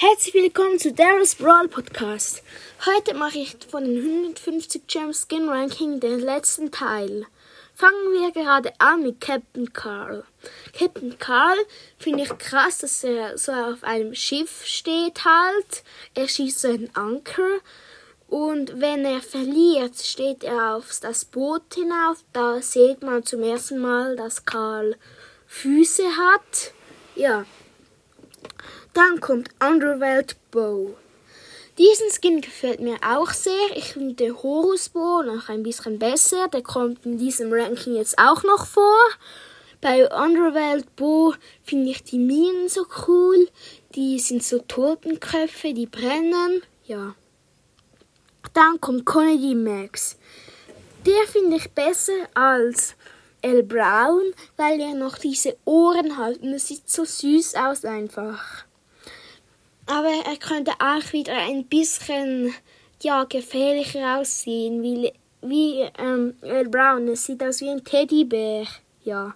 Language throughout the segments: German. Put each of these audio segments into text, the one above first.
Herzlich willkommen zu Daryl's Brawl Podcast. Heute mache ich von den 150 Gems Skin Ranking den letzten Teil. Fangen wir gerade an mit Captain Carl. Captain Carl finde ich krass, dass er so auf einem Schiff steht halt. Er schießt so einen Anker. Und wenn er verliert, steht er auf das Boot hinauf. Da sieht man zum ersten Mal, dass Carl Füße hat. Ja. Dann kommt Underworld Bo. Diesen Skin gefällt mir auch sehr. Ich finde den Horus Bo noch ein bisschen besser. Der kommt in diesem Ranking jetzt auch noch vor. Bei Underworld Bo finde ich die Minen so cool. Die sind so Totenköpfe, die brennen. Ja. Dann kommt Conny Max. Der finde ich besser als El Brown, weil er noch diese Ohren hat. Und es sieht so süß aus einfach. Aber er könnte auch wieder ein bisschen gefährlicher aussehen, wie El Brown. Es sieht aus wie ein Teddybär. Ja.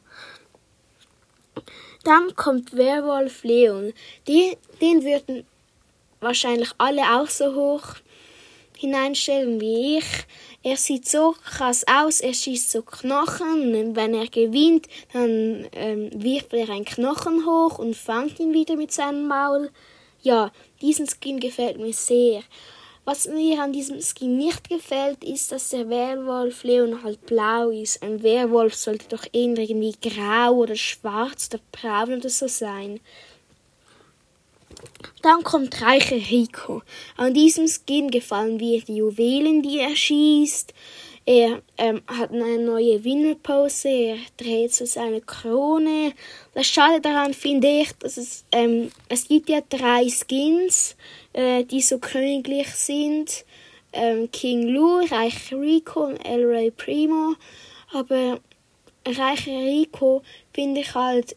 Dann kommt Werwolf Leon. Den würden wahrscheinlich alle auch so hoch hineinstellen wie ich. Er sieht so krass aus, er schießt so Knochen und wenn er gewinnt, dann wirft er einen Knochen hoch und fängt ihn wieder mit seinem Maul. Ja, diesen Skin gefällt mir sehr. Was mir an diesem Skin nicht gefällt, ist, dass der Werwolf Leon halt blau ist. Ein Werwolf sollte doch eher irgendwie grau oder schwarz oder braun oder so sein. Dann kommt reicher Rico. An diesem Skin gefallen mir die Juwelen, die er schießt. Er hat eine neue Winner-Pose, er dreht so seine Krone. Das Schade daran finde ich, dass es gibt ja 3 Skins, die so königlich sind. King Lou, reicher Rico und El Rey Primo. Aber reicher Rico finde ich halt,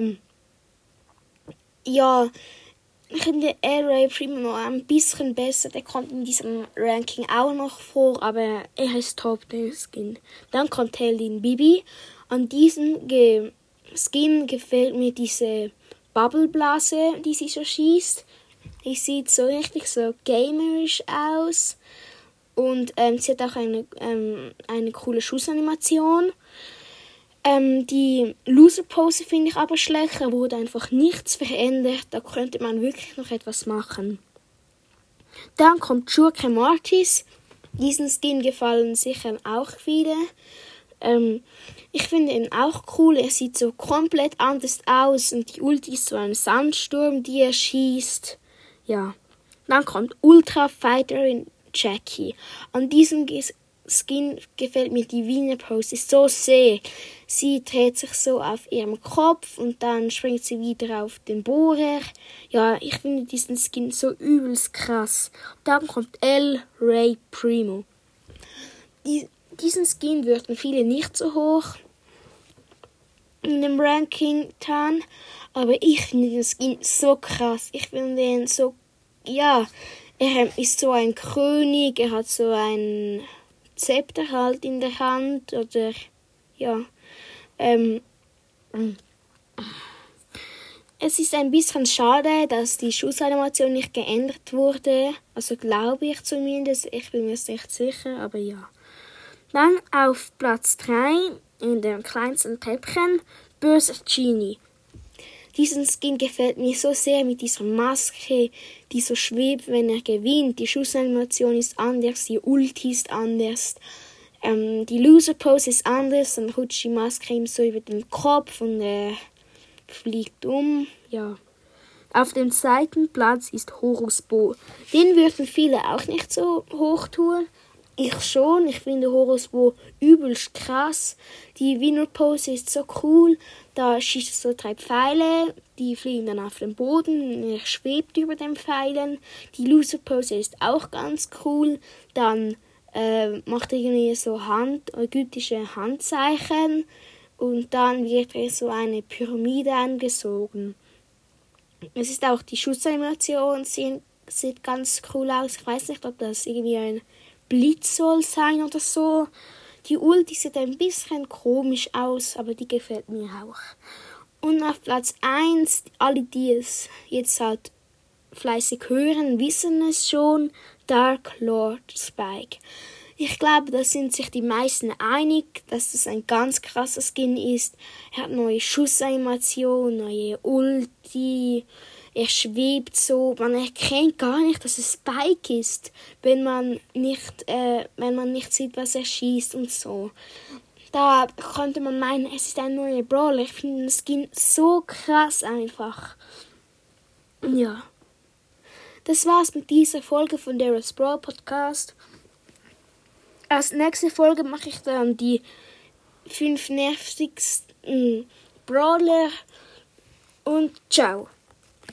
ich finde El Rey Primo noch ein bisschen besser. Der kommt in diesem Ranking auch noch vor, aber er ist top, der Skin. Dann kommt Heldin Bibi. An diesem Skin gefällt mir diese Bubbleblase, die sie so schießt. Die sieht so richtig so gamerisch aus. Und sie hat auch eine coole Schussanimation. Die Loser-Pose finde ich aber schlecht, da wurde einfach nichts verändert, da könnte man wirklich noch etwas machen. Dann kommt Schurke Mortis, diesen Skin gefallen sicher auch viele. Ich finde ihn auch cool, er sieht so komplett anders aus und die Ulti ist so ein Sandsturm, die er schießt. Ja. Dann kommt Ultra Fighterin Jackie. An diesem Skin gefällt mir die Wiener Pose so sehr. Sie dreht sich so auf ihrem Kopf und dann springt sie wieder auf den Bohrer. Ja, ich finde diesen Skin so übelst krass. Dann kommt El Rey Primo. Diesen Skin würden viele nicht so hoch in dem Ranking tun, aber ich finde den Skin so krass. Ich finde den so, er ist so ein König, er hat so ein Zepter halt in der Hand oder es ist ein bisschen schade, dass die Schussanimation nicht geändert wurde, also glaube ich zumindest, ich bin mir nicht sicher, aber ja. Dann auf Platz 3 in dem kleinsten Päppchen Böser Genie. Diesen Skin gefällt mir so sehr mit dieser Maske, die so schwebt, wenn er gewinnt. Die Schussanimation ist anders, die Ulti ist anders. Die Loser-Pose ist anders, dann rutscht die Maske ihm so über den Kopf und er fliegt um. Ja. Auf dem zweiten Platz ist Horus Bo. Den würden viele auch nicht so hoch tun. Ich schon, ich finde Horus Bo übelst krass. Die Winner-Pose ist so cool. Da schießt er so 3 Pfeile, die fliegen dann auf den Boden. Er schwebt über den Pfeilen. Die Loser-Pose ist auch ganz cool. Dann macht er irgendwie so ägyptische Handzeichen und dann wird er so eine Pyramide angesogen. Es ist auch die Schussanimation, sieht ganz cool aus. Ich weiß nicht, ob das irgendwie ein Blitz soll sein oder so. Die Ulti sieht ein bisschen komisch aus, aber die gefällt mir auch. Und auf Platz 1, alle die es jetzt halt fleißig hören, wissen es schon. Dark Lord Spike. Ich glaube, da sind sich die meisten einig, dass das ein ganz krasser Skin ist. Er hat neue Schussanimation, neue Ulti. Er schwebt so. Man erkennt gar nicht, dass es Spike ist, wenn man nicht sieht, was er schießt und so. Da könnte man meinen, es ist ein neuer Brawler. Ich finde den Skin so krass einfach. Ja. Das war's mit dieser Folge von Daryl's Brawl Podcast. Als nächste Folge mache ich dann die 5 nervigsten Brawler und ciao.